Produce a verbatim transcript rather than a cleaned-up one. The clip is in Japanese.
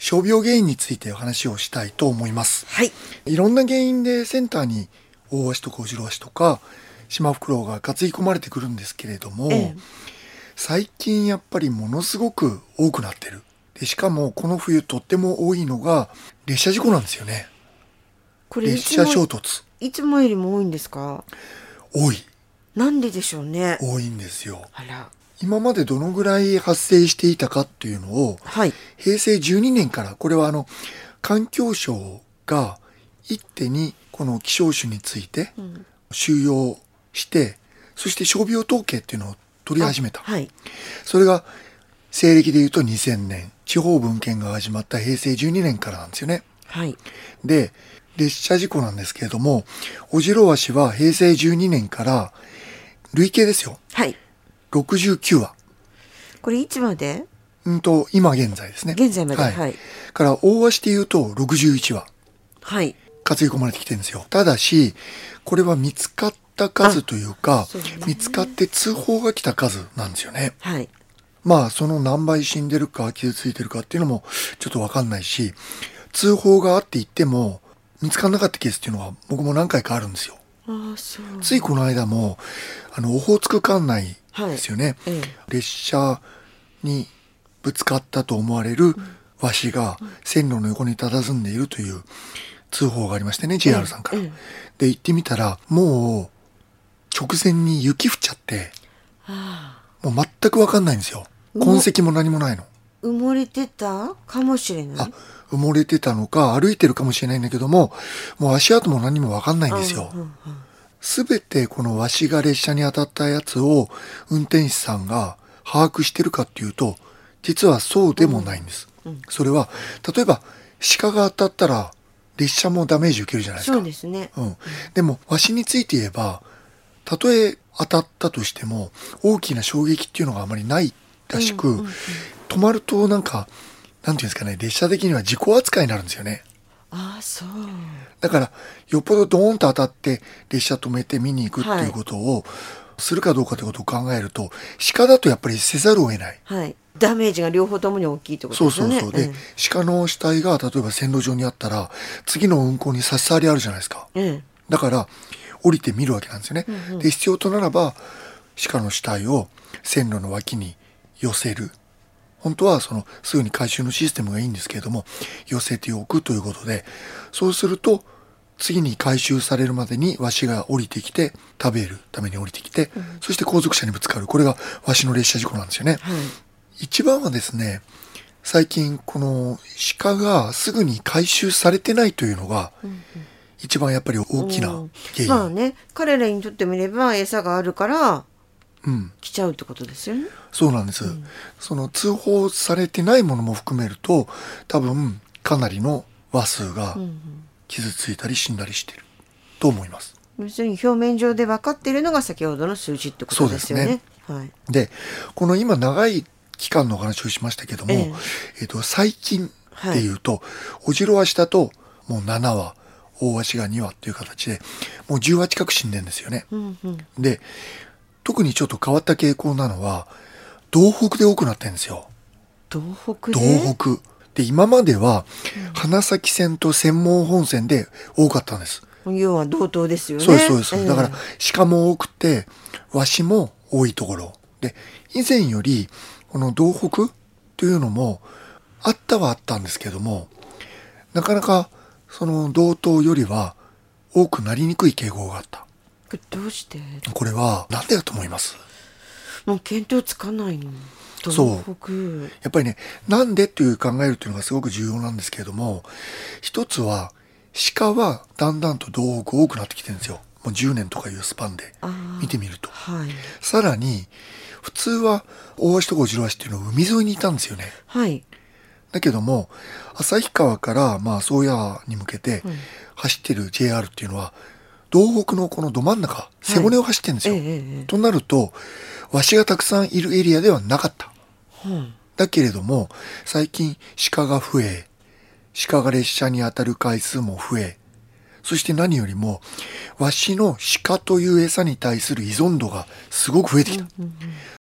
傷病原因についてお話をしたいと思います。 はい。 いろんな原因でセンターに大足とか後ろ足とかシマフクロウが担ぎ込まれてくるんですけれども、 ええ、 最近やっぱりものすごく多くなってる。でしかもこの冬とっても多いのが列車事故なんですよね。 これい列車つも衝突いつもよりも多いんですか？ 多いなんででしょうね。 多いんですよ。 あら。 今までどのぐらい発生していたかっていうのをはい。 へいせいじゅうにねんから、これはあの環境省が一手にこの希少種についてうん収容して、そして傷病統計っていうのを取り始めた。 はい。 それが西暦でいうとにせんねん、地方分権が始まったへいせいじゅうにねんからなんですよね。 はい。 で、列車事故なんですけれども、オジロワシはへいせいじゅうにねんから累計ですよ、 はい。 ろくじゅうきゅうわ。 これいつまで？ うんと、今現在ですね。 現在まで。 は。 はいい。 から大足でいうとろくじゅういちわはい。 担ぎ込まれてきてるんですよ。ただし、これは見つかった数というか、 そうね見つかって通報が来た数なんですよね。 はい。 まあ、その何倍死んでるか傷ついてるかっていうのもちょっとわかんないし、通報があって言っても見つからなかったケースっていうのは僕も何回かあるんですよ。 ああ、そう。 ついこの間も、あの、オホーツク管内ですよね。 ええ。 列車にぶつかったと思われるワシが線路の横に佇んでいるという通報がありましてね、ジェイアール さんから。 ええで、行ってみたら、もう直前に雪降っちゃって、 あもう全くわかんないんですよ。痕跡も何もないの。 あ、埋もれてたかもしれない。 あ、埋もれてたのか、歩いてるかもしれないんだけども、もう足跡も何もわかんないんですよ。 うんうんうんすべてこのワシが列車に当たったやつを運転手さんが把握してるかっていうと、実はそうでもないんです。 うんうんそれは、例えば鹿が当たったら列車もダメージ受けるじゃないですか。 そうですね。 うん。でも、ワシについて言えば、たとえ当たったとしても、大きな衝撃っていうのがあまりないらしく、 うんうんうん止まるとなんか、なんていうんですかね、列車的には事故扱いになるんですよね。 ああ、そう。 だから、よっぽどドーンと当たって列車止めて見に行くっていうことをするかどうかということを考えると、鹿だとやっぱりせざるを得ない。 はい。ダメージが両方ともに大きいってことそうですよね。 そうそう。で、鹿の死体が例えば線路上にあったら、次の運行に差し障りあるじゃないですか。 ええ。ええ。 だから、降りて見るわけなんですよね。 うんうんで、必要とならば、鹿の死体を線路の脇に寄せる。本当はそのすぐに回収のシステムがいいんですけれども、寄せておくということで、そうすると次に回収されるまでにワシが降りてきて食べるために降りてきて、そして後続車にぶつかる。これがワシの列車事故なんですよね。 はい。 一番はですね、最近この鹿がすぐに回収されてないというのが一番やっぱり大きなうん原因。 まあね、彼らにとってみれば餌があるからうん。 来ちゃうってことですよね。 そうなんです、その通報されてないものも含めると、多分かなりの話数が傷ついたり死んだりしていると思います。 要するに表面上で分かっているのが先ほどの数字ってことですよね。はい。 で、この今長い期間のお話をしましたけども、 えええっと最近でいうと、オジロワシだともうななわ、大ワシがにわっていう形でもうじゅうわ近く死んでるんですよね。 うんうん。 で、特にちょっと変わった傾向なのは道北で多くなってるんですよ。 東北で。 道北で、今までは花咲線と釧網本線で多かったんです。 要は道東ですよね。 そうですそうです、 ええだから鹿も多くてワシも多いところで、以前よりこの道北というのもあったはあったんですけども、なかなかその道東よりは多くなりにくい傾向があった。 これどうして？ これは何でだと思います？ もう見当つかないの。 そう東北。 やっぱりね、なんでという考えるというのがすごく重要なんですけれども、一つは鹿はだんだんと道北多くなってきてるんですよ。もうじゅうねんとかいうスパンであー見てみると。 はい。 さらに普通は大足とかオジロワシっていうのは海沿いにいたんですよね。 はい。 だけども旭川からまあ宗谷に向けて走ってる ジェイアール っていうのは道北のこのど真ん中、背骨を走ってるんですよ。 ええええとなるとワシがたくさんいるエリアではなかった。 うんだけれども最近鹿が増え、鹿が列車に当たる回数も増え、そして何よりもワシの鹿という餌に対する依存度がすごく増えてきた。